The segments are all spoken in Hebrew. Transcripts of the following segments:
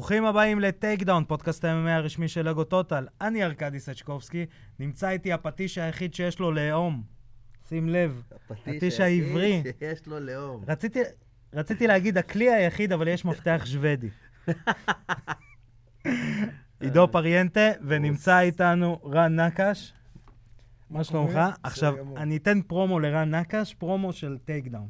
ברוכים הבאים לטייק דאון, פודקאסט MMA הרשמי של לגו טוטל. אני ארקדי סצ'קובסקי, נמצא איתי הפטיש היחיד שיש לו לאום. שים לב, הפטיש העברי. שיש לו לאום. רציתי להגיד הכלי היחיד, אבל יש מפתח שוודי. עידו פריאנטה, ונמצא איתנו רן נקש. מה שלומך? עכשיו, אני אתן פרומו לרן נקש, פרומו של טייק דאון.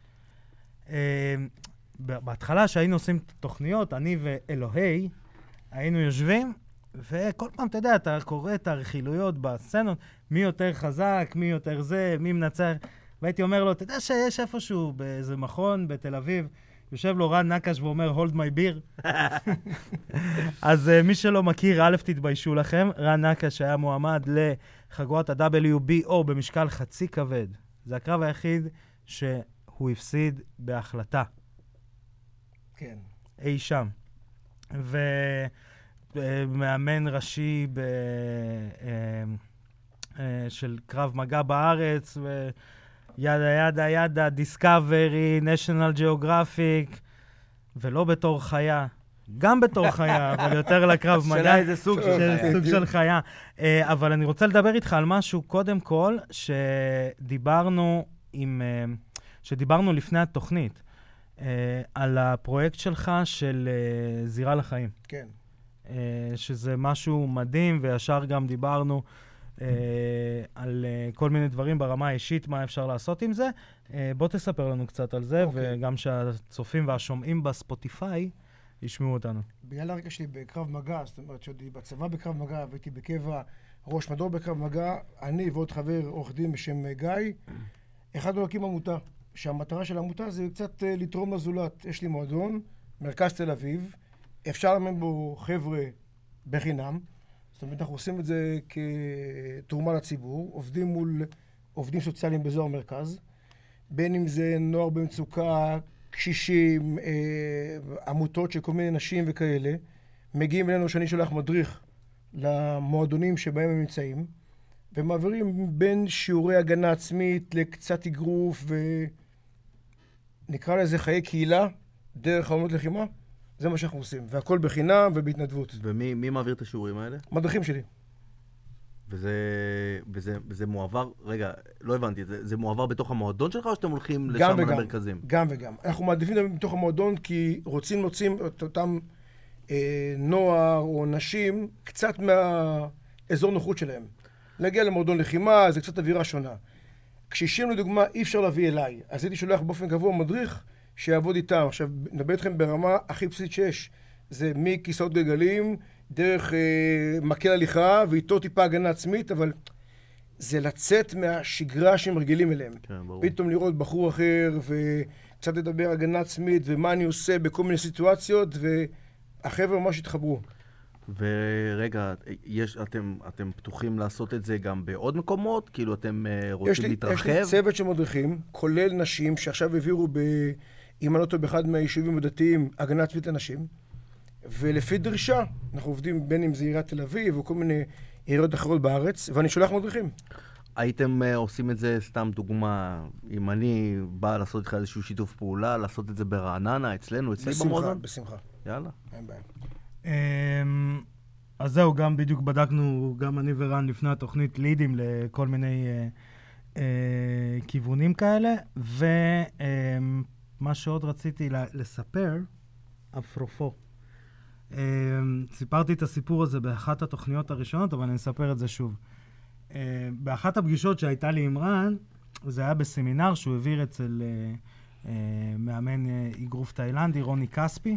בהתחלה שהיינו עושים תוכניות, אני ואלוהי, היינו יושבים, וכל פעם, אתה יודע, אתה קורא את הרכילויות בסצנות, מי יותר חזק, מי יותר זה, מי מנצח, והייתי אומר לו, אתה יודע שיש איפשהו באיזה מכון בתל אביב, יושב לו רן נקש ואומר, hold my beer. אז מי שלא מכיר, א' תתביישו לכם, רן נקש היה מועמד לחגורת ה-WBO במשקל חצי כבד. זה הקרב היחיד שהוא הפסיד בהחלטה. כן. אי שם. ומאמן ראשי של קרב מגע בארץ, וידה ידה, דיסקאברי, נשיונל ג'אוגרפיק, ולא בתור חיה. גם בתור חיה, אבל יותר לקרב מגע. שאלה איזה סוג של חיה. סוג של חיה. אבל אני רוצה לדבר איתך על משהו, קודם כל, שדיברנו לפני התוכנית. על הפרויקט שלך של זירה לחיים. כן. שזה משהו מדהים, וישר גם דיברנו על כל מיני דברים ברמה האישית, מה אפשר לעשות עם זה. בוא תספר לנו קצת על זה, וגם שהצופים והשומעים בספוטיפיי ישמעו אותנו. בגלל הרקע שלי בקרב מגע, זאת אומרת שהייתי בצבא בקרב מגע, והייתי בקבע ראש מדור בקרב מגע, אני ועוד חבר עורך דין בשם גיא, החלטנו להקים עמותה. שהמטרה של העמותה זה קצת לתרום לזולת. יש לי מועדון, מרכז תל אביב, אפשר לאמן בו חבר'ה בחינם, זאת אומרת, אנחנו עושים את זה כתרומה לציבור, עובדים מול עובדים סוציאליים באזור המרכז, בין אם זה נוער במצוקה, קשישים, עמותות של כל מיני נשים וכאלה, מגיעים אלינו שאני שולח מדריך למועדונים שבהם הם נמצאים, ומעבירים בין שיעורי הגנה עצמית לקצת אגרוף ונקרא לזה חיי קהילה, דרך האמנות לחימה, זה מה שאנחנו עושים, והכל בחינם ובהתנדבות. ומי מעביר את השיעורים האלה? מדריכים שלי. וזה מועבר, רגע, לא הבנתי, זה מועבר בתוך המועדון שלך או שאתם הולכים לשם למרכזים? גם וגם. אנחנו מעדיפים בתוך המועדון כי רוצים להוציא את אותם נוער או נשים קצת מהאזור נוחות שלהם. להגיע למועדון לחימה, זה קצת אווירה שונה. קשישים לדוגמה אי אפשר להביא אליי, אז הייתי שולח באופן קבוע מדריך שיעבוד איתם. עכשיו נדבר איתכם ברמה הכי בסיסית שיש, זה מכיסאות גלגלים, דרך מקל הליכה ואיתו טיפה הגנה עצמית, אבל זה לצאת מהשגרה שהם רגילים אליהם. כן, ברור. פתאום לראות בחור אחר וקצת לדבר הגנה עצמית ומה אני עושה בכל מיני סיטואציות, והחבר'ה ממש התחברו. ורגע, אתם פתוחים לעשות את זה גם בעוד מקומות? כאילו אתם רוצים להתרחב? יש לי צוות של מדריכים, כולל נשים שעכשיו העבירו אם אני לא טועה באחד מהיישובים הדתיים הגנה עצמית לנשים, ולפי דרישה אנחנו עובדים בין אם זה עיריית תל אביב או כל מיני עיריות אחרות בארץ, ואני שולח מדריכים. הייתם עושים את זה, סתם דוגמה, אם אני בא לעשות איתך איזשהו שיתוף פעולה, לעשות את זה ברעננה, אצלי במועדון? בשמחה. יאללה. אין בעיה. אז זהו, גם בדיוק בדקנו, גם אני ורן לפני התוכנית לידים לכל מיני כיוונים כאלה, ומה שעוד רציתי לספר, אפרופו. סיפרתי את הסיפור הזה באחת התוכניות הראשונות, אבל אני אספר את זה שוב. באחת הפגישות שהייתה לי עם רן, זה היה בסמינר שהוא העביר אצל מאמן אגרוף תאילנדי, רוני כספי,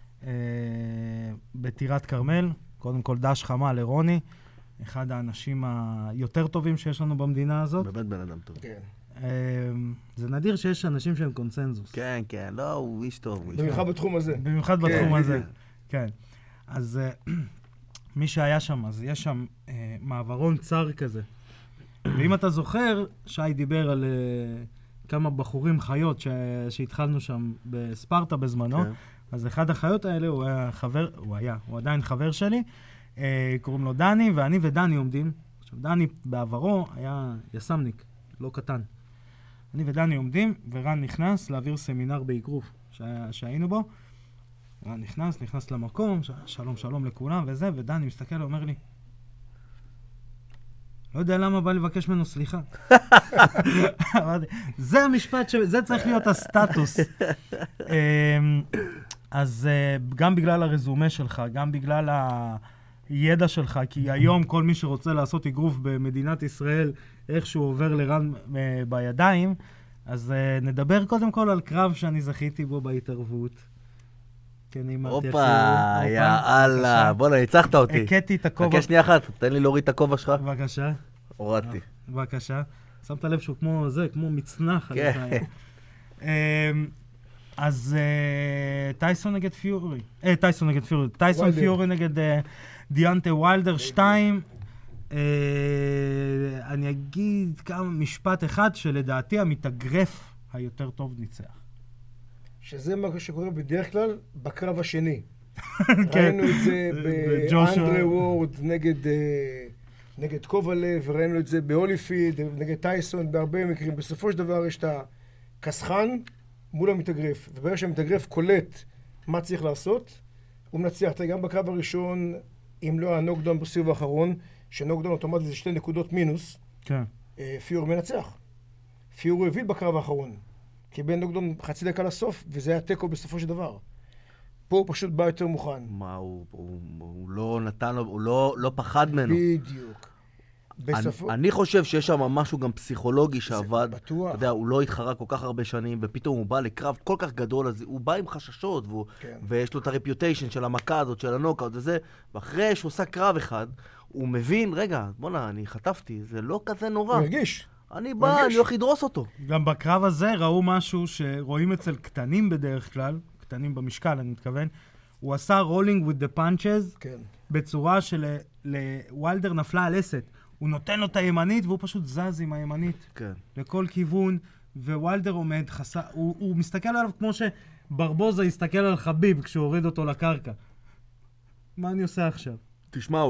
בטירת כרמל. קודם כל דש חמה לרוני, אחד האנשים היותר טובים שיש לנו במדינה הזאת. באמת בן אדם טוב. כן. זה נדיר שיש אנשים שהם קונסנזוס. כן, כן, לא, הוא איש טוב. במיוחד בתחום הזה. במיוחד בתחום הזה, כן. אז מי שהיה שם, אז יש שם מעברון צר כזה. ואם אתה זוכר, שי דיבר על כמה בחורים חיות שהתחלנו שם בספרטה בזמנו, אז אחד החיות האלה הוא עדיין חבר שלי, קוראים לו דני, ואני ודני עומדים. עכשיו, דני בעברו היה יסמניק, לא קטן. אני ודני עומדים, ורן נכנס להעביר סמינר באגרוף שהיינו בו, נכנס למקום, שלום לכולם וזה, ודני מסתכל ואומר לי, לא יודע למה בא לבקש ממנו סליחה. זה המשפט, זה צריך להיות הסטטוס. אז גם בגלל הרזומה שלך, גם בגלל הידע שלך, כי היום כל מי שרוצה לעשות אגרוף במדינת ישראל, איכשהו עובר לרן בידיים, אז נדבר קודם כל על קרב שאני זכיתי בו בהתערבות. הופה, יאללה, בוא'נה, ניצחת אותי. הקטי את הכובע. חכה שנייה אחת, תן לי להוריד את הכובע שלך. בבקשה. הורדתי. בבקשה. שמת לב שהוא כמו זה, כמו מצנח. אז טייסון נגד פיורי. טייסון פיורי נגד דיאנטה ויילדר 2. אני אגיד כמה משפט אחד שלדעתי המתאגרף היותר טוב ניצח. שזה מה שקורה בדרך כלל בקרב השני. ראינו את זה באנדרי וורד נגד קובלב, ראינו את זה בהוליפיד, נגד טייסון, בהרבה מקרים. בסופו של דבר יש את הכסחן מול המתאגרף, וברגע שהמתאגרף קולט מה צריך לעשות, הוא מנצח. גם בקרב הראשון, אם לא הנוקדאון בסיבוב האחרון, שנוקדאון אוטומטית זה 2 נקודות מינוס, פיור מנצח. פיור הביא בקרב האחרון. קיבל נוקדאון חצי דקה לסוף, וזה היה טקו בסופו של דבר. פה הוא פשוט בא יותר מוכן. מה, הוא לא נתן לו, הוא לא פחד ממנו. בדיוק. אני חושב שיש שם משהו גם פסיכולוגי שעבד. בטוח. אתה יודע, הוא לא התחרה כל כך הרבה שנים, ופתאום הוא בא לקרב כל כך גדול, אז הוא בא עם חששות, ויש לו את הרפיוטיישן של המכה הזאת, של הנוקאוט וזה, ואחרי שהוא עושה קרב אחד, הוא מבין, רגע, בוא'נה, אני חטפתי, זה לא כזה נורא. הוא הרגיש. אני בא, אני הולך לדרוס אותו. גם בקרב הזה ראו משהו שרואים אצל קטנים בדרך כלל, קטנים במשקל, אני מתכוון, הוא עשה רולינג with the punches, כן. בצורה שלווילדר נפלה על אסת. הוא נותן לו את הימנית, והוא פשוט זז עם הימנית. כן. לכל כיוון, ווילדר עומד, הוא מסתכל עליו כמו שברבוזה יסתכל על חביב כשהוא הוריד אותו לקרקע. מה אני עושה עכשיו? תשמע,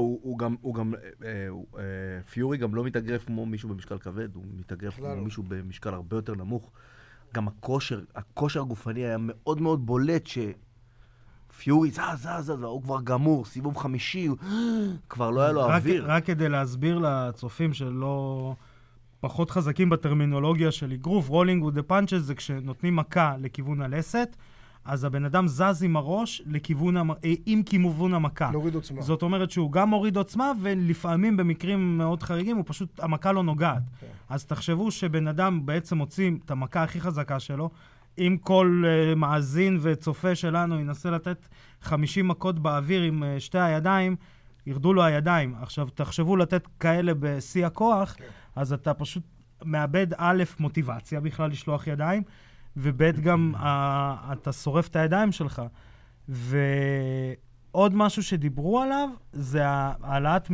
פיורי גם לא מתאגרף כמו מישהו במשקל כבד, הוא מתאגרף כמו מישהו במשקל הרבה יותר נמוך. גם הכושר הגופני היה מאוד מאוד בולט פיורי זז, הוא כבר גמור, סיבוב 5, כבר לא היה לו אוויר. רק כדי להסביר לצופים שלא פחות חזקים בטרמינולוגיה של אגרוף, רולינג with the punches זה כשנותנים מכה לכיוון הלסת, אז הבן אדם זז עם הראש עם כיוון המכה. להוריד עוצמה. זאת אומרת שהוא גם מוריד עוצמה, ולפעמים במקרים מאוד חריגים, הוא פשוט, המכה לא נוגעת. אז תחשבו שבן אדם בעצם מוציא את המכה הכי חזקה שלו, אם כל מאזין וצופה שלנו ינסה לתת 50 מכות באוויר עם 2 הידיים, ירדו לו הידיים. עכשיו, תחשבו לתת כאלה בשיא הכוח, אז אתה פשוט מאבד א' מוטיבציה בכלל לשלוח ידיים, וב' גם אתה שורף את הידיים שלך. ועוד משהו שדיברו עליו, זה העלאת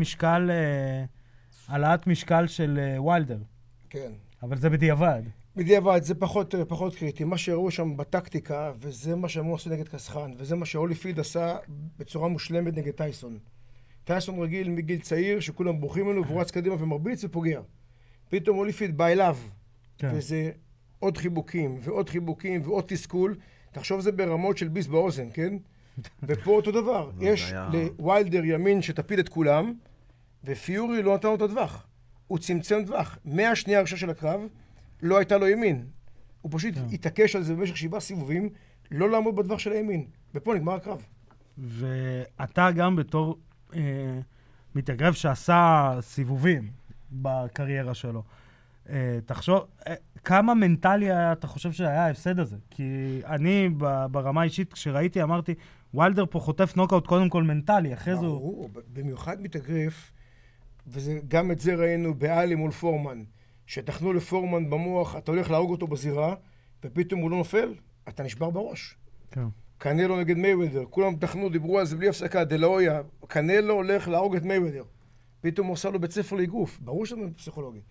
משקל של ויילדר. כן. אבל זה בדיעבד. בדיעבד, זה פחות קריטי. מה שהראו שם בטקטיקה, וזה מה שהם עשו נגד קסחן, וזה מה שהוליפיד עשה בצורה מושלמת נגד טייסון. טייסון רגיל מגיל צעיר, שכולם בורחים ממנו, והוא רץ קדימה ומרביץ ופוגע. פתאום הוליפיד בא אליו, כן. וזה עוד חיבוקים, ועוד חיבוקים, ועוד תסכול. תחשוב זה ברמות של ביס באוזן, כן? ופה אותו דבר. יש לווילדר ימין שתפיל את כולם, ופיורי לא נתן לו את הטווח. הוא צמצם טווח. מהשנייה הראשונה של הקרב, לא הייתה לו ימין. הוא פשוט התעקש על זה במשך 7 סיבובים, לא לעמוד בטווח של הימין. ופה נגמר הקרב. ואתה גם בתור מתאגרף שעשה סיבובים בקריירה שלו, תחשוב, כמה מנטלי אתה חושב שהיה ההפסד הזה? כי אני ברמה אישית, כשראיתי, אמרתי, ויילדר פה חוטף נוקאוט קודם כל מנטלי, אחרי זה הוא... במיוחד מתאגרף, וגם את זה ראינו באלי מול פורמן, שתכנו לפורמן במוח, אתה הולך להרוג אותו בזירה, ופתאום הוא לא נופל, אתה נשבר בראש. כן. קנלו נגד מייוודר, כולם תכנו, דיברו על זה בלי הפסקה, דלאויה, קנלו הולך להרוג את מייוודר. פתאום הוא עושה לו בית ספר לאגרוף, ברור שזה פסיכולוגי.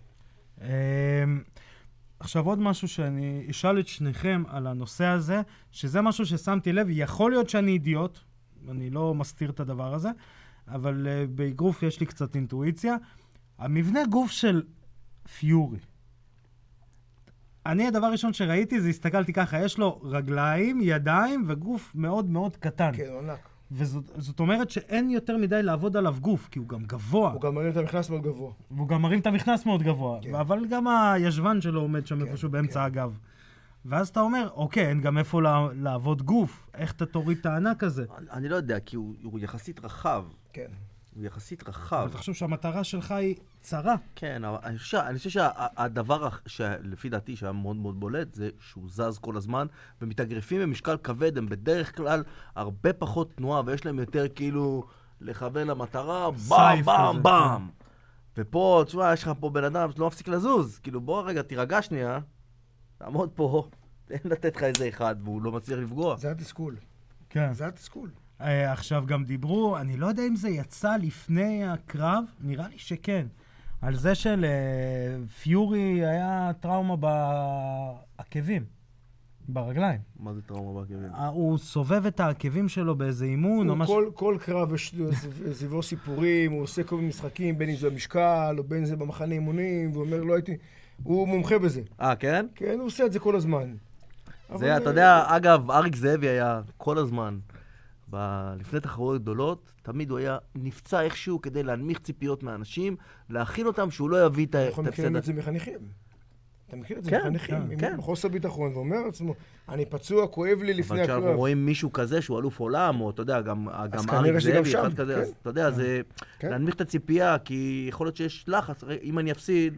עכשיו עוד משהו שאני אשאל את שניכם על הנושא הזה, שזה משהו ששמתי לב, יכול להיות שאני אידיוט, אני לא מסתיר את הדבר הזה, אבל באגרוף יש לי קצת אינטואיציה. המבנה גוף של פיורי, אני הדבר הראשון שראיתי זה הסתכלתי ככה, יש לו רגליים, ידיים וגוף מאוד מאוד קטן. כן, ענק. וזאת אומרת שאין יותר מדי לעבוד עליו גוף, כי הוא גם גבוה. הוא גם מרים את המכנס מאוד גבוה. והוא גם מרים את המכנס מאוד גבוה. כן. אבל גם הישבן שלו עומד שם איפשהו באמצע הגב. ואז אתה אומר, אוקיי, אין גם איפה לעבוד גוף. איך אתה תוריד את הענק הזה? אני לא יודע, כי הוא יחסית רחב. כן. הוא יחסית רחב. אבל תחשוב שהמטרה שלך היא צרה. כן, אבל אני חושב שהדבר שלפי דעתי שהיה מאוד מאוד בולט, זה שהוא זז כל הזמן, ומתאגרפים במשקל כבד, הם בדרך כלל הרבה פחות תנועה, ויש להם יותר כאילו לכוון למטרה, באם, באם, באם. ופה, תשמע, יש לך פה בן אדם שלא מפסיק לזוז. כאילו, בוא רגע, תירגע שנייה, תעמוד פה, תן לתת לך איזה אחד, והוא לא מצליח לפגוע. זה התסכול. כן. זה התסכול. עכשיו גם דיברו, אני לא יודע אם זה יצא לפני הקרב, נראה לי שכן. על זה של פיורי היה טראומה בעקבים, ברגליים. מה זה טראומה בעקבים? הוא סובב את העקבים שלו באיזה אימון או משהו. כל קרב יש סביבו סיפורים, הוא עושה כל מיני משחקים, בין אם זה במשקל או בין אם זה במחנה אימונים, והוא אומר, לא הייתי... הוא מומחה בזה. כן? כן, הוא עושה את זה כל הזמן. זה, אתה יודע, אגב, אריק זאבי היה כל הזמן, לפני תחרויות גדולות, תמיד הוא היה נפצע איכשהו כדי להנמיך ציפיות מאנשים, להכין אותם שהוא לא יביא את ההפסד. אנחנו מכירים את זה מחניכים. אתה מכיר את זה מחניכים? כן. עם חוסר ביטחון, ואומר לעצמו, אני פצוע, כואב לי לפני הקרב. אבל כשאנחנו רואים מישהו כזה שהוא אלוף עולם, או אתה יודע, גם כנראה אריק שגם זאבי, שם, אחד כזה, כן. אז אתה יודע, זה להנמיך את הציפייה, כי יכול להיות שיש לחץ, אם אני אפסיד,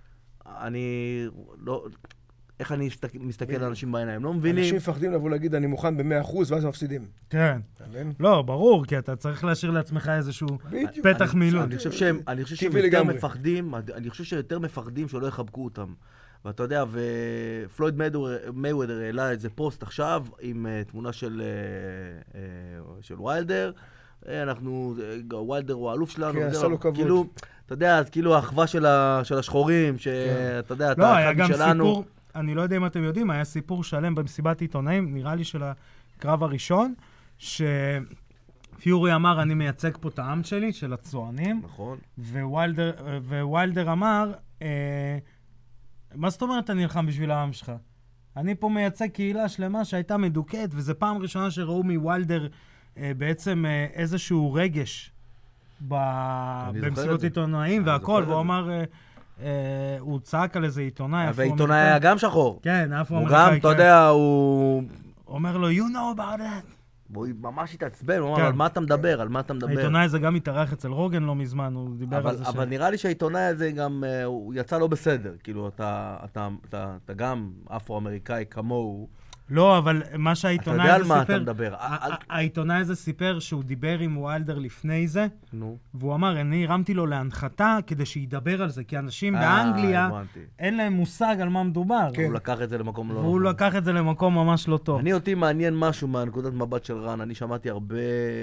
אני לא... איך אני מסתכל על אנשים בעיניים, לא מבינים. אנשים מפחדים לבוא להגיד, אני מוכן ב-100%, ואז מפסידים. כן. אתה מבין? לא, ברור, כי אתה צריך להשאיר לעצמך איזשהו פתח מילוט. אני חושב שהם יותר מפחדים, אני חושב שיותר מפחדים שלא יחבקו אותם. ואתה יודע, ופלויד מייוודר העלה איזה פוסט עכשיו, עם תמונה של ויילדר. ויילדר הוא האלוף שלנו. כן, עשה לו כבוד. אתה יודע, כאילו האחווה של השחורים, שאתה יודע, לא, היה גם סיפור, אני לא יודע אם אתם יודעים, היה סיפור שלם במסיבת עיתונאים, נראה לי של הקרב הראשון, שפיורי אמר, אני מייצג פה את העם שלי, של הצוענים. נכון. וויילדר אמר, מה זאת אומרת אני נלחם בשביל העם שלך? אני פה מייצג קהילה שלמה שהייתה מדוכאת, וזו פעם ראשונה שראו מוויילדר בעצם איזשהו רגש במסיבות עיתונאים והכל, והוא אמר... הוא צעק על איזה עיתונאי. והעיתונאי היה גם שחור. כן, הוא גם, אתה יודע, הוא... אומר לו, you know about that. הוא ממש התעצבן, הוא אמר, על מה אתה מדבר, על מה אתה מדבר. העיתונאי הזה גם התארח אצל רוגן לא מזמן, הוא דיבר על זה. אבל נראה לי שהעיתונאי הזה גם, הוא יצא לא בסדר. כאילו, אתה גם אפרו-אמריקאי כמוהו. לא, אבל מה שהעיתונאי הזה סיפר... אתה יודע על מה אתה מדבר. העיתונאי הזה סיפר שהוא דיבר עם ויילדר לפני זה, והוא אמר, אני הרמתי לו להנחתה כדי שידבר על זה, כי אנשים באנגליה, אין להם מושג על מה מדובר. הוא לקח את זה למקום לא... והוא לקח את זה למקום ממש לא טוב. אותי מעניין משהו מהנקודת מבט של רן. אני שמעתי הרבה...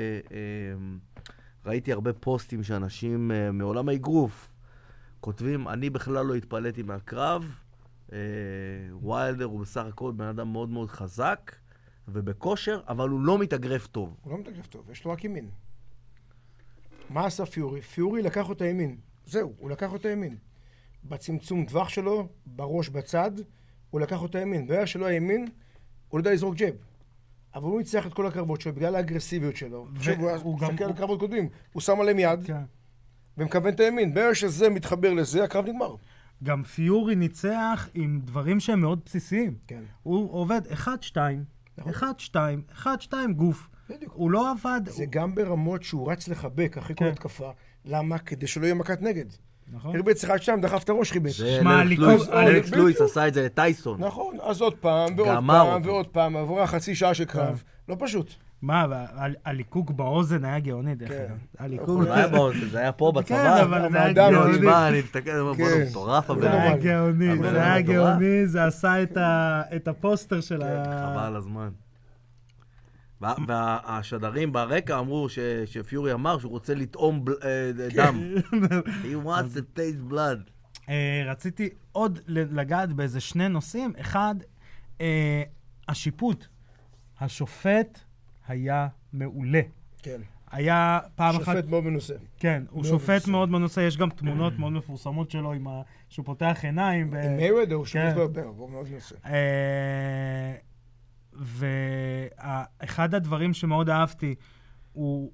ראיתי הרבה פוסטים שאנשים מעולם האגרוף כותבים, אני בכלל לא התפעלתי מהקרב, ויילדר הוא בסך הכל בן אדם מאוד מאוד חזק ובכושר, אבל הוא לא מתאגרף טוב. הוא לא מתאגרף טוב, יש לו רק ימין. מה עשה פיורי? פיורי לקח אותה ימין. זהו, הוא לקח אותה ימין. בצמצום טווח שלו, בראש בצד, הוא לקח אותה ימין. ברגע שלא הימין, הוא לא יודע לזרוק ג'ב. אבל הוא יצטרך את כל הקרבות שלו בגלל האגרסיביות שלו. הוא גם... על קרבות קודמים. הוא שם עליהם יד ומכוון את הימין. ברגע שזה מתחבר לזה, הקרב נגמר. גם פיורי ניצח עם דברים שהם מאוד בסיסיים. כן. הוא עובד 1-2 גוף. בדיוק. הוא לא עבד... זה גם ברמות שהוא רץ לחבק אחרי כל התקפה. למה? כדי שלא יהיה מכת נגד. נכון. הרביץ 1-2, דחף את הראש חיבק. אלכס לואיס עשה את זה לטייסון. נכון, אז עוד פעם ועוד פעם ועוד פעם. עברה חצי שעה של קרב. לא פשוט. מה, הליקוק באוזן היה גאוני דרך אגב. הליקוק לא היה באוזן, זה היה פה בצבא. כן, אבל זה היה גאוני. מה, אני מסתכל, בוא מטורף. זה היה גאוני, זה עשה את הפוסטר של חבל על הזמן. והשדרים ברקע אמרו שפיורי אמר שהוא רוצה לטעום דם. He wants to taste blood. רציתי עוד לגעת באיזה שני נושאים. אחד, השיפוט. השופט היה מעולה. כן. היה פעם אחת... שופט מאוד מנוסה. כן, הוא שופט מאוד מנוסה, יש גם תמונות מאוד מפורסמות שלו, שהוא פותח עיניים. עם מייווד, הוא שופט הוא מאוד מנוסה. ואחד הדברים שמאוד אהבתי, הוא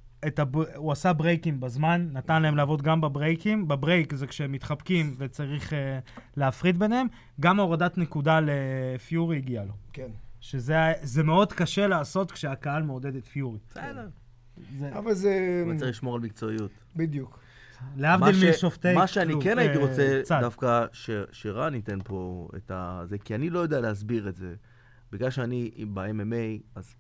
עשה ברייקים בזמן, נתן להם לעבוד גם בברייקים. בברייק זה כשהם מתחבקים וצריך להפריד ביניהם. גם הורדת נקודה לפיורי הגיעה לו. כן. שזה מאוד קשה לעשות כשהקהל מעודד את פיורי. בסדר. אבל זה... הוא צריך לשמור על מקצועיות. בדיוק. להבדיל משופטי... מה שאני כן הייתי רוצה דווקא שרן ייתן פה את זה, כי אני לא יודע להסביר את זה. בגלל שאני ב-MMA, אז...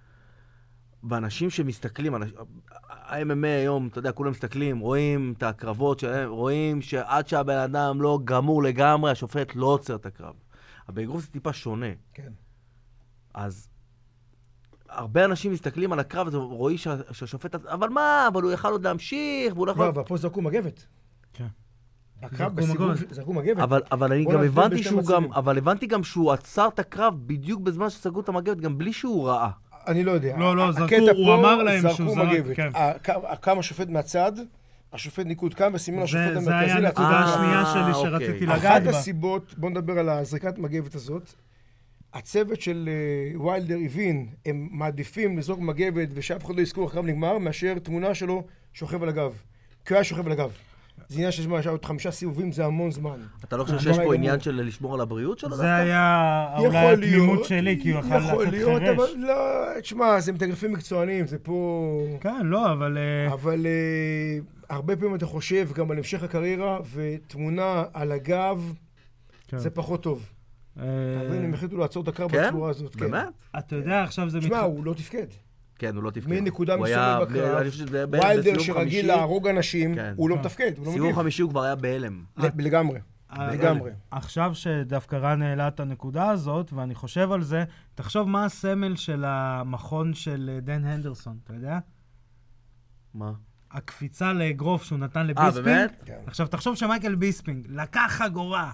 ואנשים שמסתכלים, ה-MMA היום, אתה יודע, כולם מסתכלים, רואים את הקרבות שלהם, רואים שעד שהבן אדם לא גמור לגמרי, השופט לא עוצר את הקרב. אבל באגרוף זה טיפה שונה. כן. אז הרבה אנשים מסתכלים על הקרב הזה, רואים שהשופט... אבל מה? אבל הוא יכל עוד להמשיך, והוא לא יכול... לא, אבל פה זרקו מגבת. כן. הקרב בסיבוב זרקו מגבת. אבל אני גם הבנתי שהוא גם... אבל הבנתי גם שהוא עצר את הקרב בדיוק בזמן שסגרו את המגבת, גם בלי שהוא ראה. אני לא יודע. לא, זרקו, הוא אמר להם שהוא זרק, כן. קם השופט מהצד, השופט ניקוד קם וסימן השופט המרכזי. זה היה נקודה השנייה שלי שרציתי לגעת בה. אחת הסיבות, בוא נדבר על הזריקת מגבת הזאת, הצוות של ויילדר הבין, הם מעדיפים לזרוק מגבת ושאף אחד לא יזכור הקרב נגמר, מאשר תמונה שלו שוכב על הגב. כי הוא היה שוכב על הגב. זה עניין של זמן, עוד 5 סיבובים זה המון זמן. אתה לא חושב שיש פה עניין של לשמור על הבריאות שלו? זה היה אולי התמימות שלי, כי הוא יכול לצאת יכול להיות, חרש. אבל לא, תשמע, זה מתגרפים מקצוענים, זה פה... כן, לא, אבל... אבל הרבה פעמים אתה חושב גם על המשך הקריירה, ותמונה על הגב, זה פחות טוב. אבל הם החליטו לעצור את הקרב בצורה הזאת. כן? באמת? אתה יודע, עכשיו זה... תשמע, הוא לא תפקד. כן, הוא לא תפקד. מנקודה מסוימת בקרב, ויילדר שרגיל להרוג אנשים, הוא לא מתפקד, הוא לא מגיב. סיום חמישי הוא כבר היה בהלם. לגמרי, לגמרי. עכשיו שדווקא רן העלה את הנקודה הזאת, ואני חושב על זה, תחשוב מה הסמל של המכון של דן הנדרסון, אתה יודע? מה? הקפיצה לאגרוף שהוא נתן לביספינג. כן. עכשיו תחשוב שמייקל ביספינג לקח חגורה,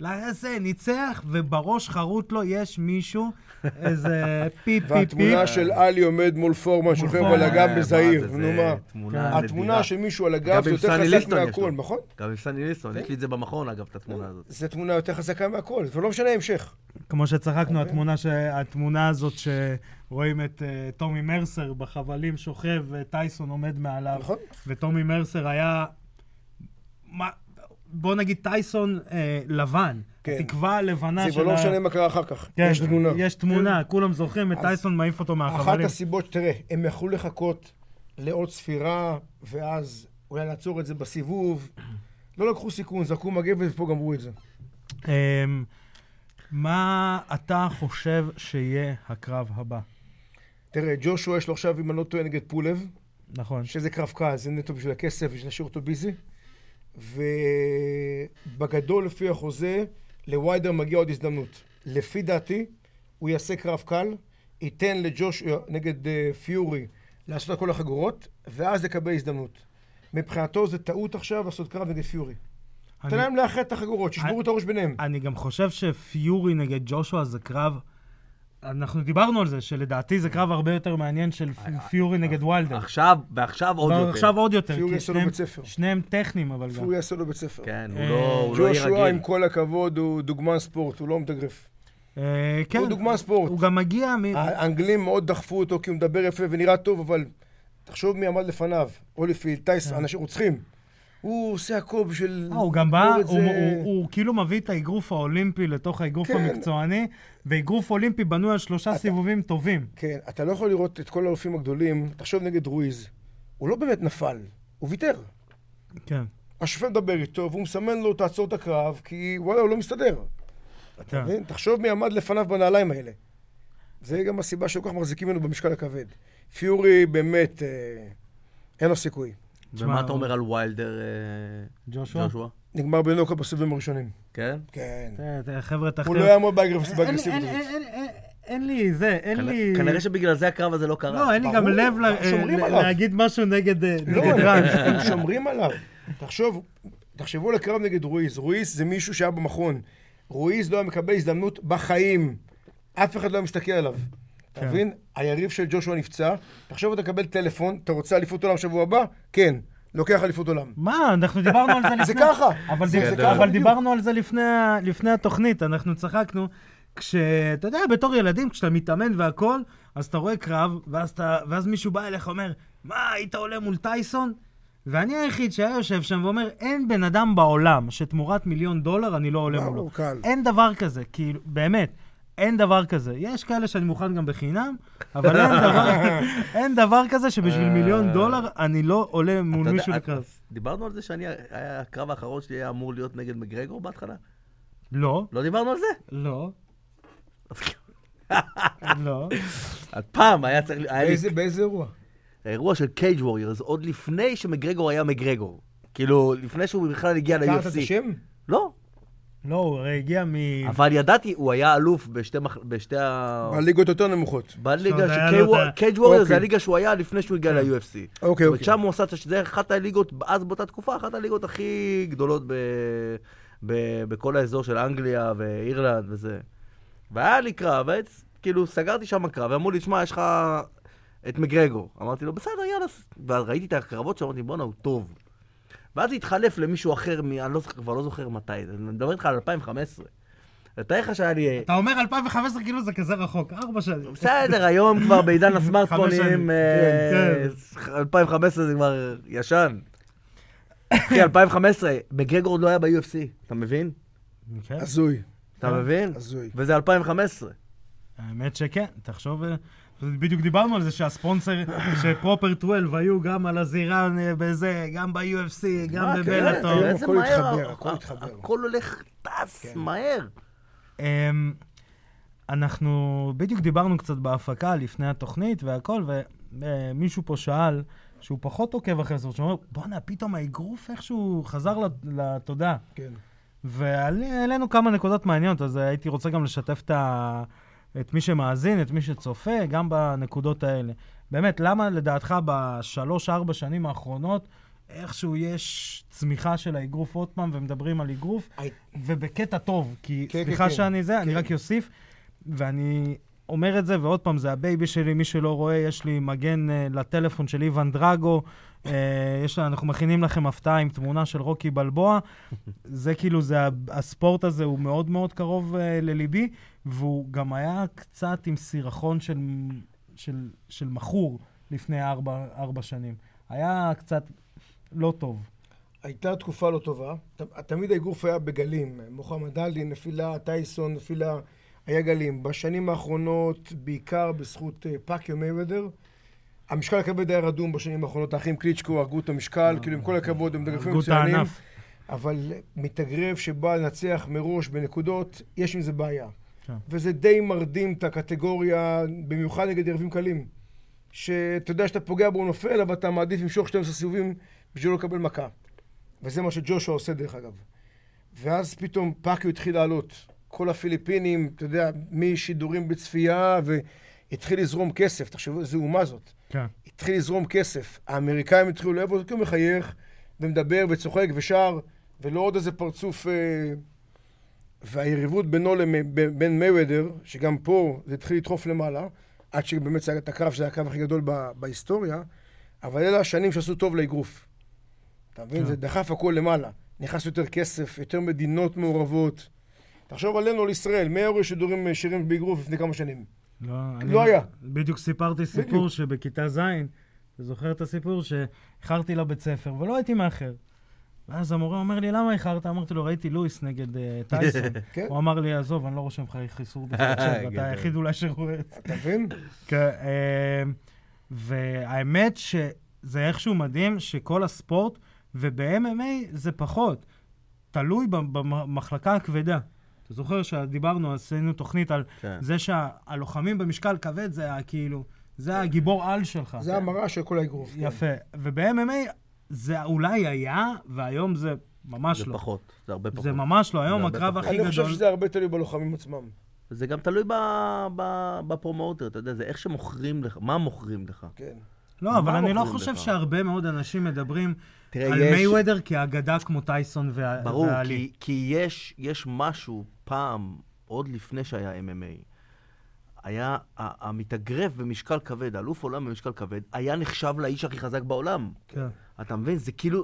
ניצח, ובראש חרוט לו יש מישהו, איזה פיפ. והתמונה של אלי עומד מול פורמן, שוכב על הגב בזהיר. נו מה? התמונה של מישהו על הגב זה יותר חזק מהכל, נכון? גם עם סני ליסטון, יש לי את זה במכון אגב, את התמונה הזאת. זו תמונה יותר חזקה מהכל, זה לא משנה המשך. כמו שצחקנו, התמונה הזאת שרואים את טומי מרסר בחבלים שוכב, וטייסון עומד מעליו. נכון. וטומי מרסר היה... בוא נגיד טייסון לבן, תקווה הלבנה של... זה לא משנה מה קרה אחר כך, כן, יש תמונה. יש תמונה, כולם זוכרים את טייסון מעיף אותו מהחבלים. אחת הסיבות, תראה, הם יכלו לחכות לעוד ספירה, ואז אולי לעצור את זה בסיבוב. לא לקחו סיכון, זרקו מגבת ופה גמרו את זה. מה אתה חושב שיהיה הקרב הבא? תראה, ג'ושוע יש לו עכשיו, אם אני לא טועה, נגד פולב. נכון. שזה קרב קל, זה נטו בשביל הכסף, בשביל להשאיר אותו ביזי. ובגדול לפי החוזה לוויידר מגיע עוד הזדמנות. לפי דעתי הוא יעשה קרב קל, ייתן לג'ושוע נגד פיורי לעשות את כל החגורות ואז לקבל הזדמנות. מבחינתו זה טעות עכשיו לעשות קרב נגד פיורי. תן להם לאחד את החגורות, שישברו את הראש ביניהם. אני גם חושב שפיורי נגד ג'ושוע זה קרב, אנחנו דיברנו על זה, שלדעתי זה קרב הרבה יותר מעניין של פיורי נגד ויילדר. עכשיו עוד יותר. עכשיו עוד יותר, פיורי יעשה לו בית ספר. שניהם טכניים, אבל גם. פיורי יעשה לו בית ספר. כן, הוא לא יהיה רגיל. ג'ושוע עם כל הכבוד הוא דוגמן ספורט, הוא לא מתגרף. כן. הוא דוגמן ספורט. הוא גם מגיע האנגלים מאוד דחפו אותו כי הוא מדבר יפה ונראה טוב, אבל תחשוב מי עמד לפניו. הוליפילד, טייסון, אנשים רוצחים. הוא עושה הכל בשביל... הוא גם בא, הוא כאילו מביא את האגרוף האולימפי לתוך האגרוף המקצועני, ואגרוף אולימפי בנוי על 3 סיבובים טובים. כן, אתה לא יכול לראות את כל האלופים הגדולים, תחשוב נגד רואיז, הוא לא באמת נפל, הוא ויתר. כן. השופט מדבר איתו, והוא מסמן לו תעצור את הקרב, כי וואלה, הוא לא מסתדר. אתה מבין? תחשוב מי עמד לפניו בנעליים האלה. זה גם הסיבה שכל כך מחזיקים ממנו במשקל הכבד. פיורי באמת, אין לו סיכוי. ומה אתה אומר על ויילדר ג'ושוע? נגמר בנוקאוט בסיבובים הראשונים. כן? כן. חבר'ה תחתיו. הוא לא יעמוד באגרסיביות. אין לי זה, אין לי... כנראה שבגלל זה הקרב הזה לא קרה. לא, אין לי גם לב להגיד משהו נגד רן. הם שומרים עליו. תחשבו לקרב נגד רואיז. רואיז זה מישהו שהיה במכון. רואיז לא היה מקבל הזדמנות בחיים. אף אחד לא היה מסתכל עליו. אתה מבין? היריב של ג'ושוע נפצע, עכשיו אתה קבל טלפון, אתה רוצה אליפות עולם שבוע הבא? כן. לוקח אליפות עולם. מה? אנחנו דיברנו על זה לפני... זה ככה. אבל דיברנו על זה לפני התוכנית, אנחנו צחקנו. כשאתה יודע, בתור ילדים, כשאתה מתאמן והכל, אז אתה רואה קרב, ואז מישהו בא אליך ואומר, מה, היית עולה מול טייסון? ואני היחיד שהיה יושב שם ואומר, אין בן אדם בעולם שתמורת $1,000,000 אני לא עולה מולו. אין דבר כזה, כאילו, באמת, אין דבר כזה. יש כאלה שאני מוכן גם בחינם, אבל אין דבר כזה שבשביל $1,000,000 אני לא עולה מול מישהו לקרב. דיברנו על זה הקרב האחרון שלי היה אמור להיות נגד מגרגור בהתחלה? לא. לא דיברנו על זה? לא. לא. פעם היה צריך... באיזה אירוע? האירוע של קייג' ווריורס, עוד לפני שמגרגור היה מגרגור. כאילו, לפני שהוא בכלל הגיע ל-UFC. קראת את השם? לא. לא, הוא הרי הגיע אבל ידעתי, הוא היה אלוף בשתי בליגות יותר נמוכות. בליגה של קייג' ווריורס, זה הליגה שהוא היה לפני שהוא הגיע ל-UFC. אוקיי. ושם הוא עשה, זה אחת הליגות, אז באותה תקופה, אחת הליגות הכי גדולות בכל האזור של אנגליה ואירלנד וזה. והיה לי קרב, כאילו סגרתי שם הקרב, ואמרו לי, תשמע, יש לך את מגרגור. אמרתי לו, בסדר, יאללה. ואז ראיתי את הקרבות שאמרתי, בואנה, הוא טוב. ואז התחלף למישהו אחר, אני כבר לא זוכר מתי, אני מדבר איתך על 2015. אתה איך שהיה לי... אתה אומר 2015 כאילו זה כזה רחוק, 4 שנים. בסדר, היום כבר בעידן הסמארטפונים, 2015 זה כבר ישן. אחי, 2015, מגרגור עוד לא היה ב-UFC, אתה מבין? הזוי. אתה מבין? הזוי. וזה 2015. האמת שכן, תחשוב, בדיוק דיברנו על זה שהספונסר, שפרופר 12 היו גם על הזירה בזה, גם ב-UFC, גם בבלאטור. הכל התחבר, הכל הולך טס מהר. אנחנו בדיוק דיברנו קצת בהפקה לפני התוכנית והכל, ומישהו פה שאל, שהוא פחות עוקב אחרי זה, שאומר, בוא'נה, פתאום האגרוף איכשהו חזר לתודעה. כן. ועלינו כמה נקודות מעניינות, אז הייתי רוצה גם לשתף את מי שמאזין, את מי שצופה, גם בנקודות האלה. באמת, למה לדעתך ב3-4 שנים האחרונות, איכשהו יש צמיחה של האגרוף עוד פעם, ומדברים על אגרוף, ובקטע טוב, כי סליחה שאני זה, אני רק יוסיף, ואני אומר את זה, ועוד פעם, זה הבייבי שלי, מי שלא רואה, יש לי מגן לטלפון של איוון דרגו, אנחנו מכינים לכם הפתעה עם תמונה של רוקי בלבוע, זה כאילו, הספורט הזה הוא מאוד מאוד קרוב לליבי, והוא גם היה קצת עם סירחון של מחור לפני 4 שנים. היה קצת לא טוב. הייתה תקופה לא טובה, תמיד האגרוף היה בגלים, מוחמד עלי, נפילה, טייסון, נפילה, היה גלים. בשנים האחרונות, בעיקר בזכות פאקיו מייוודר, המשקל הכבד היה רדום בשנים האחרונות, האחים קליצ'קו הרגו את המשקל, כאילו עם כל הכבוד, הם מתגרפים מצוינים, אבל מתגרף שבא לנצח מראש בנקודות, יש עם זה בעיה. וזה די מרדים את הקטגוריה, במיוחד נגד יריבים קלים, שאתה יודע שאתה פוגע בו נופל, אבל אתה מעדיף למשוך 12 סיבובים בשביל לא לקבל מכה. וזה מה שג'ושוע עושה דרך אגב. ואז פתאום פאקיו התחיל לעלות. כל הפיליפינים, אתה יודע, משידורים בצפייה, והתחיל לזרום כסף. תחשבו, איזו אומה זאת. כן. התחיל לזרום כסף. האמריקאים התחילו לאהוב אותו, כי הוא מחייך, ומדבר וצוחק ושר, ולא עוד איזה פרצוף... והיריבות בינו בין מייוודר, שגם פה זה התחיל לדחוף למעלה, עד שבאמת זה היה את הקרב, שזה הקרב הכי גדול בהיסטוריה, אבל אלה השנים שעשו טוב לאגרוף. אתה מבין? זה דחף הכל למעלה. נכנס יותר כסף, יותר מדינות מעורבות. תחשוב עלינו, על ישראל, 100 אירו שידורים שירים באגרוף לפני כמה שנים. לא היה. בדיוק סיפרתי סיפור שבכיתה ז', אתה זוכר את הסיפור שאיחרתי לבית ספר, ולא הייתי מאחר. ואז המורה אומר לי, למה איחרת? אמרתי לו, ראיתי לואיס נגד טייסון. הוא אמר לי, עזוב, אני לא רושם לך חיסור בשביל, אתה היחיד אולי שרואה את זה. אתה מבין? והאמת שזה איכשהו מדהים שכל הספורט, וב-MMA זה פחות, תלוי במחלקה הכבדה. אתה זוכר שדיברנו, עשינו תוכנית על זה שהלוחמים במשקל כבד זה כאילו, זה הגיבור על שלך. זה המראה של כל האגרוף. יפה. וב-MMA זה אולי היה, והיום זה ממש לא. זה פחות, זה הרבה פחות. זה ממש לא, היום הקרב הכי גדול. אני חושב שזה הרבה תלוי בלוחמים עצמם. זה גם תלוי בפרומוטר, אתה יודע, זה איך שמוכרים לך, מה מוכרים לך. כן. לא, אבל אני לא חושב שהרבה מאוד אנשים מדברים על מייוודר כאגדה כמו טייסון ואלי. ברור, כי יש משהו פעם, עוד לפני שהיה MMA, היה המתאגרף במשקל כבד, האלוף עולם במשקל כבד, היה נחשב לאיש הכי חזק בעולם. כן. אתה מבין? זה כאילו,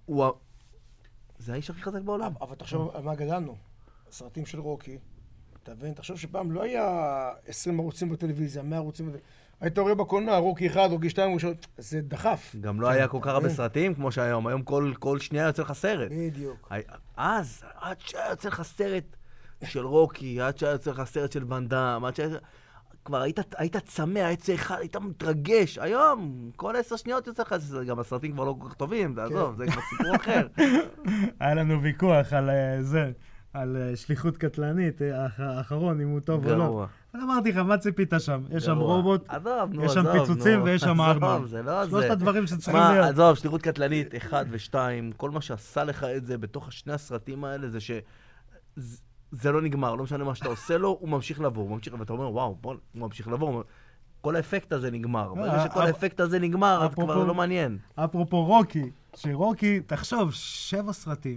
זה האיש הכי חזק בעולם. אבל תחשוב על מה גדלנו. הסרטים של רוקי, אתה מבין? תחשוב שפעם לא היה 20 ערוצים בטלוויזיה, 100 ערוצים בטלוויזיה. היית רואה בקולנוע, רוקי 1, רוקי 2, זה דחף. גם לא היה כל כך הרבה סרטים כמו שהיום. היום כל שנייה יוצא לך סרט. בדיוק. אז, עד שהיה יוצא לך סרט של רוקי, עד שהיה יוצא לך סרט של ואן דאם, עד שהיה... כבר היית צמא, היית מתרגש. היום, כל 10 שניות יוצא לך, גם הסרטים כבר לא כל כך טובים, תעזוב, זה כבר סיפור אחר. היה לנו ויכוח על זה, על שליחות קטלנית, האחרון, אם הוא טוב או לא. אבל אמרתי לך, מה ציפית שם? יש שם רובוט, יש שם פיצוצים ויש שם ארנולד. שלושת הדברים שצריכים להיות. עזוב, שליחות קטלנית, 1 ו-2, כל מה שעשה לך את זה בתוך שני הסרטים האלה, זה זה לא נגמר, לא משנה מה שאתה עושה לו, הוא ממשיך לבוא, ואתה אומר, וואו, בוא, הוא ממשיך לבוא, כל האפקט הזה נגמר. ברגע שכל האפקט הזה נגמר, אז כבר לא מעניין. אפרופו רוקי, שרוקי, תחשוב, 7 סרטים,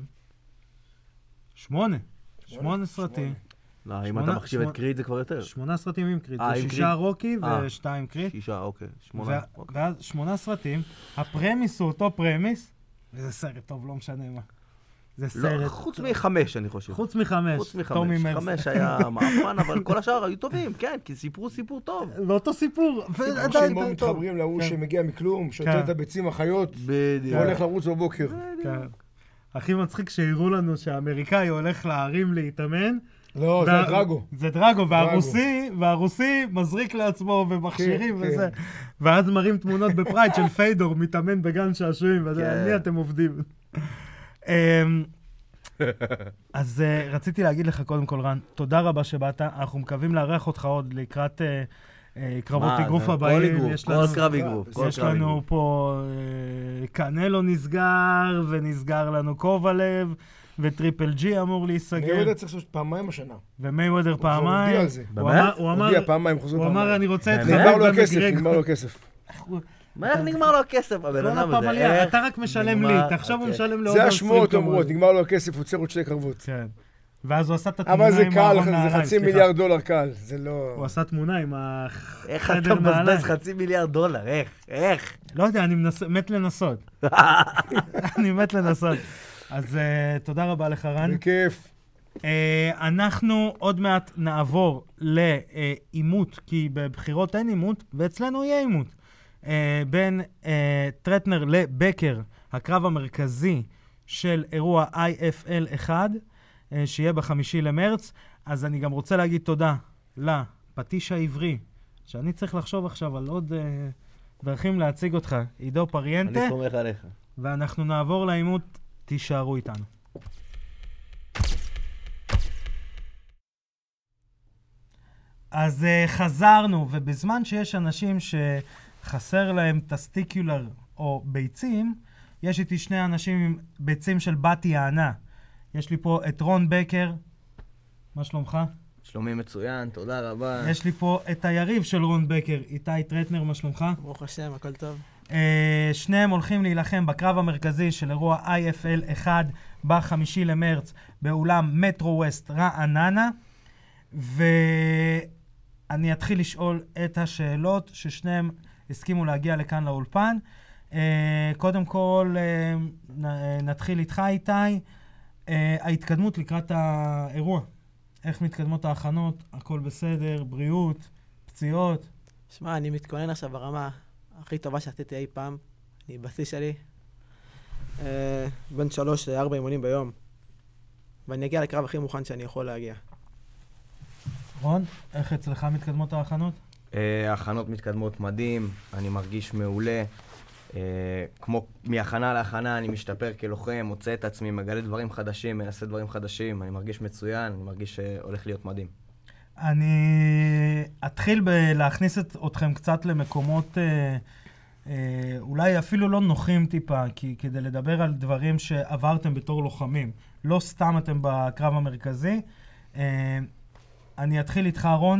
8 סרטים. לא, אם אתה מחשיב את קריד זה כבר יותר. 8 סרטים עם קריד, זה 6 רוקי ו2 קריד. 6, אוקיי, 8. ואז 8 סרטים, הפרמיס הוא אותו פרמיס, וזה סרט טוב, לא משנה מה. זה סרט... לא, חוץ מ5, אני חושב. חוץ מ5, טומי מרס. 5 היה מאפן, אבל כל השאר היו טובים, כן, כי סיפרו סיפור טוב. לא אותו סיפור, ועדיין מאוד מתחברים להוא שמגיע מכלום, שותה את הביצים החיות, והולך לרוץ בבוקר. הכי מצחיק שהראו לנו שהאמריקאי הולך להרים להתאמן. לא, זה דרגו. זה דרגו, והרוסי מזריק לעצמו ומכשירים וזה. ואז מראים תמונות בפרייד של פיידור, מתאמן בגן שעשועים, וזה, על מי אתם עובדים? אז רציתי להגיד לך קודם כל, רן, תודה רבה שבאת. אנחנו מקווים לארח אותך עוד לקראת קרבות אגרוף הבאים. כל קרב אגרוף. יש לנו פה קנלו נסגר, ונסגר לנו קובלב, וטריפל ג'י אמור להיסגר. מייוודר צריך לעשות פעמיים השנה. ומייוודר פעמיים. הוא הודיע על זה. הוא הודיע פעמיים, חוזר פעמיים. הוא אמר, אני רוצה את נגמר לו הכסף. מה איך נגמר לו הכסף? אתה רק משלם לי, עכשיו הוא משלם לעוד... זה השמועות אומרות, נגמר לו הכסף, הוא צריך עוד 2 קרבות. כן. ואז הוא עשה את התמונה עם הארון נעליים. אבל זה $500 מיליארד קל, זה לא... הוא עשה תמונה עם איך החדר נעליים. אתה מבזבז $500 מיליארד? איך? לא יודע, אני מת לנסות. אני מת לנסות. אז תודה רבה לך, רן. בכיף. אנחנו עוד מעט נעבור לאימות, כי בבחירות אין אימות, ואצלנו יהיה אימות. בין טרטנר לבקר, הקרב המרכזי של אירוע IFL 1, שיהיה ב5 למרץ. אז אני גם רוצה להגיד תודה לפטיש העברי, שאני צריך לחשוב עכשיו על עוד דרכים להציג אותך, עידו פריאנטה. אני סומך עליך. ואנחנו נעבור לאימות, תישארו איתנו. אז חזרנו, ובזמן שיש אנשים שחסר להם טסטיקולר או ביצים, יש איתי 2 אנשים עם ביצים של בת יענה. יש לי פה את רון בקר, מה שלומך? שלומי מצוין, תודה רבה. יש לי פה את היריב של רון בקר, איתי טרטנר, מה שלומך? ברוך השם, הכל טוב. שניהם הולכים להילחם בקרב המרכזי של אירוע IFL 1 ב5 למרץ באולם מטרו ווסט רעננה, ואני אתחיל לשאול את השאלות ששניהם הסכימו להגיע לכאן לאולפן. קודם כל נתחיל איתך איתי, ההתקדמות לקראת האירוע, איך מתקדמות ההכנות, הכל בסדר, בריאות, פציעות? שמע, אני מתכונן עכשיו ברמה הכי טובה שעשיתי אי פעם, אני בשיא שלי, בין 3-4 אימונים ביום, ואני אגיע לקרב הכי מוכן שאני יכול להגיע. רון, איך אצלך מתקדמות ההכנות? ההכנות מתקדמות מדהים, אני מרגיש מעולה, כמו מהכנה להכנה אני משתפר כלוחם, מוצא את עצמי, מגלה דברים חדשים, מנסה דברים חדשים, אני מרגיש מצוין, אני מרגיש שהולך להיות מדהים. אני אתחיל להכניס אתכם קצת למקומות אולי אפילו לא נוחים טיפה, כדי לדבר על דברים שעברתם בתור לוחמים. לא סתם אתם בקרב המרכזי. אני אתחיל איתך, רון.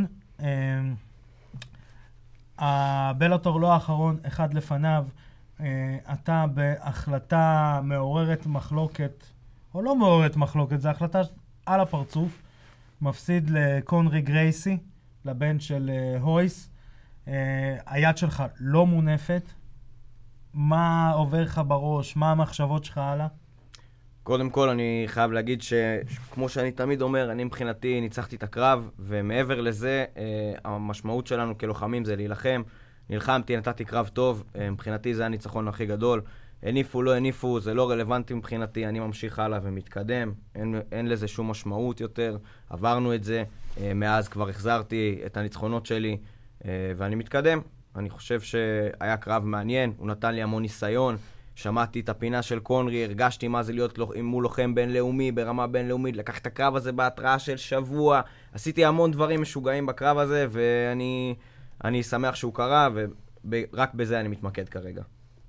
הבלאטור לא האחרון, אחד לפניו, אתה בהחלטה מעוררת מחלוקת, או לא מעוררת מחלוקת, זו החלטה על הפרצוף, מפסיד לקונרי גרייסי, לבן של הויס. היד שלך לא מונפת. מה עובר לך בראש? מה המחשבות שלך הלאה? קודם כל אני חייב להגיד שכמו שאני תמיד אומר, אני מבחינתי ניצחתי את הקרב, ומעבר לזה, המשמעות שלנו כלוחמים זה להילחם. נלחמתי, נתתי קרב טוב, מבחינתי זה הניצחון הכי גדול. הניפו, לא הניפו, זה לא רלוונטי מבחינתי, אני ממשיך הלאה ומתקדם, אין לזה שום משמעות יותר, עברנו את זה, מאז כבר החזרתי את הניצחונות שלי, ואני מתקדם. אני חושב שהיה קרב מעניין, הוא נתן לי המון ניסיון, שמעתי את הפינה של קונרי, הרגשתי מה זה להיות מול לוחם בינלאומי, ברמה בינלאומית, לקח את הקרב הזה בהתראה של שבוע, עשיתי המון דברים משוגעים בקרב הזה, ואני שמח שהוא קרה, ורק בזה אני מתמקד כרגע.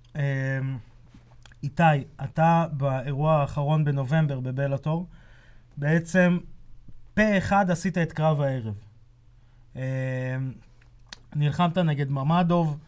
איתי, אתה באירוע האחרון בנובמבר בבלאטור, בעצם פה אחד עשית את קרב הערב. נלחמת נגד ממדוב,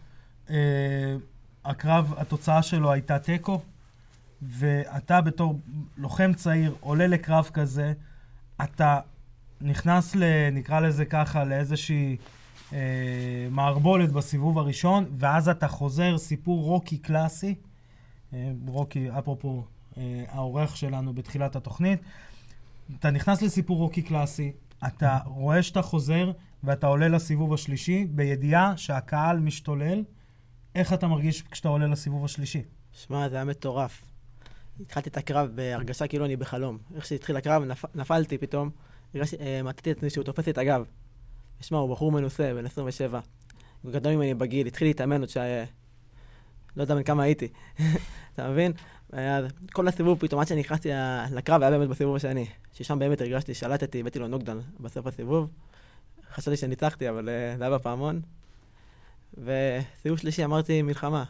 הקרב, התוצאה שלו הייתה טקו, ואתה בתור לוחם צעיר עולה לקרב כזה, אתה נכנס נקרא לזה ככה, לאיזושהי מערבולת בסיבוב הראשון, ואז אתה חוזר סיפור רוקי קלאסי, רוקי, אפרופו האורח שלנו בתחילת התוכנית, אתה נכנס לסיפור רוקי קלאסי, אתה רואה שאתה חוזר, ואתה עולה לסיבוב השלישי, בידיעה שהקהל משתולל. איך אתה מרגיש כשאתה עולה לסיבוב השלישי? שמע, זה היה מטורף. התחלתי את הקרב בהרגשה כאילו אני בחלום. איך שהתחיל הקרב, נפלתי פתאום, מצאתי את עצמי שהוא תופס לי את הגב. שמע, הוא בחור מנוסה, בן 27. הוא גדול ממני בגיל, התחיל להתאמן עוד לא יודע בין כמה הייתי. אתה מבין? כל הסיבוב פתאום, עד שאני נכנסתי לקרב, היה באמת בסיבוב השני. ששם באמת הרגשתי, שלטתי, הבאתי לו נוקדאון בסוף הסיבוב. חשבתי שניצחתי, אבל זה היה בפעמון. וסיבוב שלישי אמרתי מלחמה.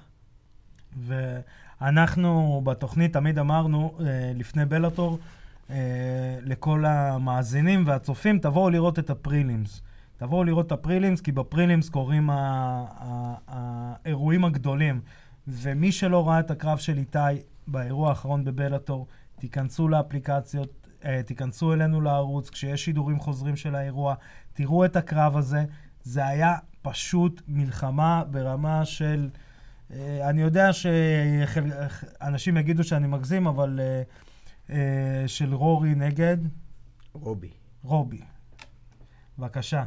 ואנחנו בתוכנית תמיד אמרנו, לפני בלאטור, לכל המאזינים והצופים, תבואו לראות את הפרילימס. תבואו לראות את הפרילימס, כי בפרילימס קוראים האירועים הגדולים. ומי שלא ראה את הקרב של איתי באירוע האחרון בבלאטור, תיכנסו לאפליקציות, תיכנסו אלינו לערוץ, כשיש שידורים חוזרים של האירוע, תראו את הקרב הזה. זה היה פשוט מלחמה ברמה של, אני יודע שאנשים יגידו שאני מגזים, אבל של רורי נגד רובי. בבקשה.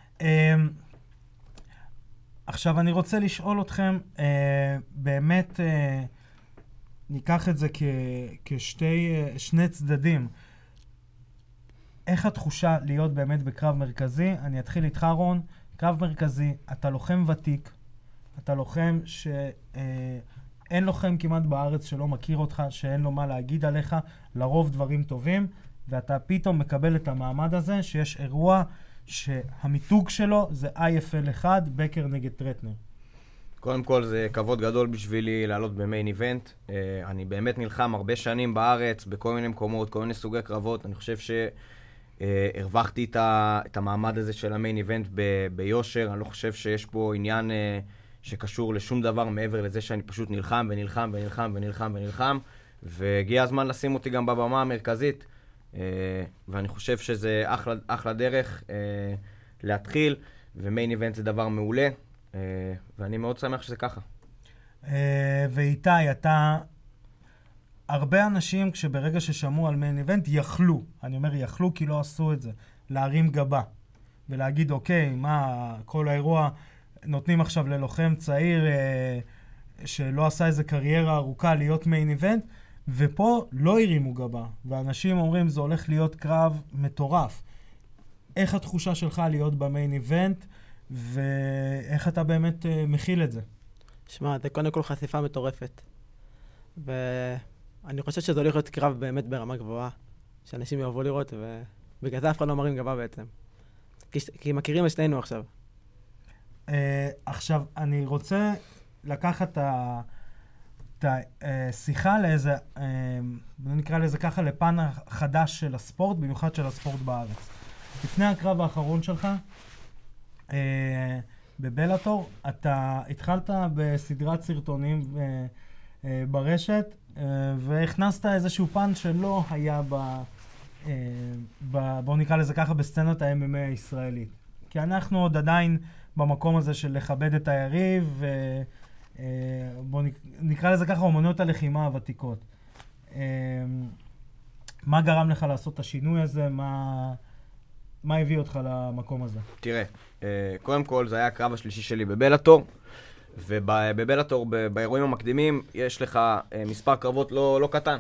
עכשיו אני רוצה לשאול אתכם, באמת ניקח את זה כשני צדדים. איך התחושה להיות באמת בקרב מרכזי? אני אתחיל איתך רון. קרב מרכזי, אתה לוחם ותיק, אתה לוחם שאין לוחם כמעט בארץ שלא מכיר אותך, שאין לו מה להגיד עליך, לרוב דברים טובים, ואתה פתאום מקבל את המעמד הזה שיש אירוע שהמיתוג שלו זה IFL 1, בקר נגד טרטנר. קודם כל זה כבוד גדול בשבילי לעלות במיין איבנט. אני באמת נלחם הרבה שנים בארץ, בכל מיני מקומות, כל מיני סוגי קרבות. אני חושב הרווחתי את המעמד הזה של המיין איבנט ביושר. אני לא חושב שיש פה עניין שקשור לשום דבר מעבר לזה שאני פשוט נלחם ונלחם ונלחם ונלחם ונלחם, והגיע הזמן לשים אותי גם בבמה המרכזית, ואני חושב שזה אחלה דרך להתחיל, ומיין איבנט זה דבר מעולה, ואני מאוד שמח שזה ככה. ואיתי, אתה... הרבה אנשים כשברגע ששמעו על מיין איבנט יכלו, אני אומר יכלו כי לא עשו את זה, להרים גבה ולהגיד אוקיי, מה כל האירוע נותנים עכשיו ללוחם צעיר שלא עשה איזה קריירה ארוכה להיות מיין איבנט, ופה לא הרימו גבה, ואנשים אומרים זה הולך להיות קרב מטורף. איך התחושה שלך להיות במיין איבנט, ואיך אתה באמת מכיל את זה? שמע, זה קודם כל חשיפה מטורפת. ואני חושב שזה הולך להיות קרב באמת ברמה גבוהה, שאנשים יאהבו לראות, ובגלל זה אף אחד לא מרים גבה בעצם. כי מכירים את שנינו עכשיו. עכשיו, אני רוצה לקחת את השיחה לאיזה, נקרא לזה ככה, לפן החדש של הספורט, במיוחד של הספורט בארץ. לפני הקרב האחרון שלך, בבלאטור, אתה התחלת בסדרת סרטונים ברשת, והכנסת איזשהו פן שלא היה בואו נקרא לזה ככה, בסצנת ה-MMA הישראלית. כי אנחנו עוד עדיין במקום הזה של לכבד את היריב, בואו נקרא לזה ככה, אומנויות הלחימה הוותיקות. מה גרם לך לעשות את השינוי הזה? מה הביא אותך למקום הזה? תראה, קודם כל זה היה הקרב השלישי שלי בבלאטור, ובבלאטור, באירועים המקדימים, יש לך מספר קרבות לא קטן.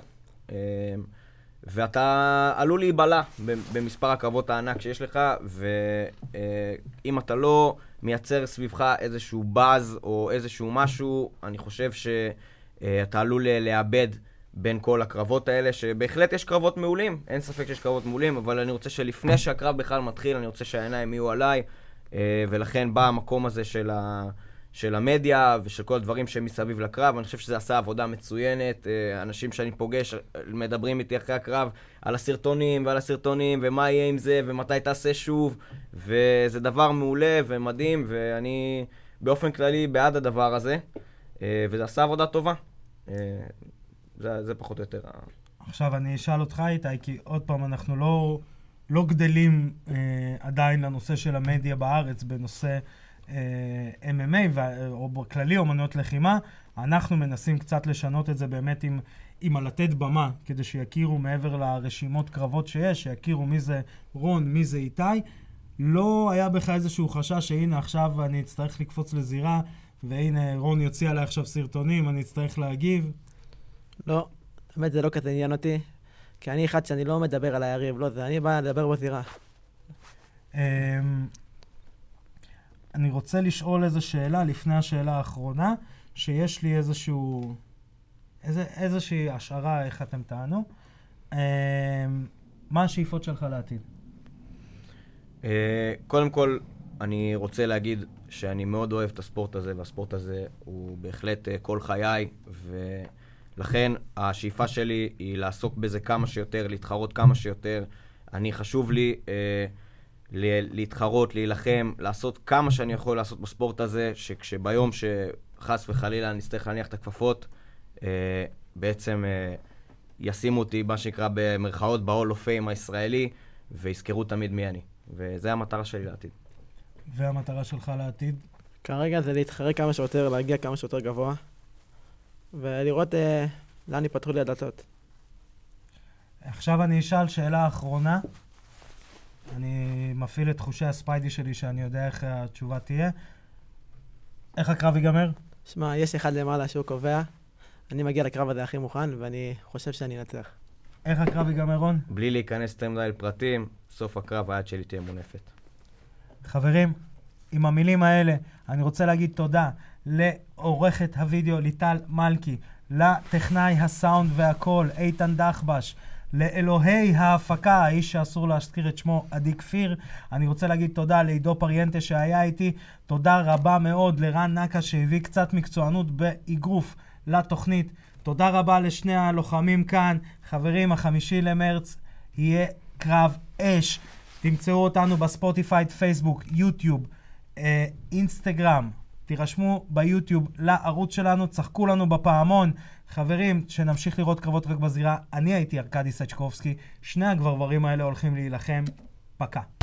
ואתה עלול להיבלע במספר הקרבות הענק שיש לך, ואם אתה לא מייצר סביבך איזשהו באז או איזשהו משהו, אני חושב שאתה עלול לאבד בין כל הקרבות האלה, שבהחלט יש קרבות מעולים, אין ספק שיש קרבות מעולים, אבל אני רוצה שלפני שהקרב בכלל מתחיל, אני רוצה שהעיניים יהיו עליי, ולכן בא המקום הזה של המדיה ושל כל הדברים שמסביב לקרב. אני חושב שזה עשה עבודה מצוינת. אנשים שאני פוגש מדברים איתי אחרי הקרב על הסרטונים ועל הסרטונים ומה יהיה עם זה ומתי תעשה שוב, וזה דבר מעולה ומדהים, ואני באופן כללי בעד הדבר הזה, וזה עשה עבודה טובה. זה פחות או יותר. עכשיו אני אשאל אותך איתי, כי עוד פעם אנחנו לא גדלים עדיין לנושא של המדיה בארץ בנושא MMA או בכללי אומנויות לחימה. אנחנו מנסים קצת לשנות את זה באמת עם לתת במה, כדי שיכירו מעבר לרשימות קרבות שיש, שיכירו מי זה רון, מי זה איתי. לא היה בך איזשהו חשש שהנה עכשיו אני אצטרך לקפוץ לזירה, והנה רון יוציא עליי עכשיו סרטונים, אני אצטרך להגיב? לא, באמת זה לא כזה עניין אותי, כי אני אחד שאני לא מדבר על היריב, לא זה, אני בא לדבר בזירה. אני רוצה לשאול איזו שאלה לפני השאלה האחרונה, שיש לי איזושהי השערה איך אתם טענו. מה השאיפות שלך לעתיד? קודם כל, אני רוצה להגיד שאני מאוד אוהב את הספורט הזה, והספורט הזה הוא בהחלט כל חיי, ולכן השאיפה שלי היא לעסוק בזה כמה שיותר, להתחרות כמה שיותר. חשוב לי להתחרות, להילחם, לעשות כמה שאני יכול לעשות בספורט הזה, שביום שחס וחלילה אני אצטרך להניח את הכפפות, בעצם ישימו אותי, מה שנקרא במרכאות, ב-Hall of Fame הישראלי, ויזכרו תמיד מי אני. וזה המטרה שלי לעתיד. והמטרה שלך לעתיד? כרגע זה להתחרק כמה שיותר, להגיע כמה שיותר גבוה, ולראות לאן ייפתחו לי הדלתות. עכשיו אני אשאל שאלה אחרונה. אני מפעיל את תחושי הספיידי שלי שאני יודע איך התשובה תהיה. איך הקרב ייגמר? שמע, יש אחד למעלה שהוא קובע. אני מגיע לקרב הזה הכי מוכן, ואני חושב שאני אנצח. איך הקרב ייגמר, רון? בלי להיכנס יותר מדי לפרטים, סוף הקרב היד שלי תהיה מונפת. חברים, עם המילים האלה אני רוצה להגיד תודה לעורכת הוידאו ליטל מלכי, לטכנאי הסאונד והכל איתן דחבש, לאלוהי ההפקה, האיש שאסור להזכיר את שמו, עדי כפיר. אני רוצה להגיד תודה לעידו פריאנטה שהיה איתי, תודה רבה מאוד לרן נקה שהביא קצת מקצוענות באגרוף לתוכנית, תודה רבה לשני הלוחמים כאן. חברים, 5 למרץ יהיה קרב אש. תמצאו אותנו בספוטיפיי, פייסבוק, יוטיוב, אינסטגרם. תירשמו ביוטיוב לערוץ שלנו, צחקו לנו בפעמון. חברים, שנמשיך לראות קרבות רק בזירה. אני הייתי ארקדי סצ'קובסקי, שני הגברברים האלה הולכים להילחם. פקה.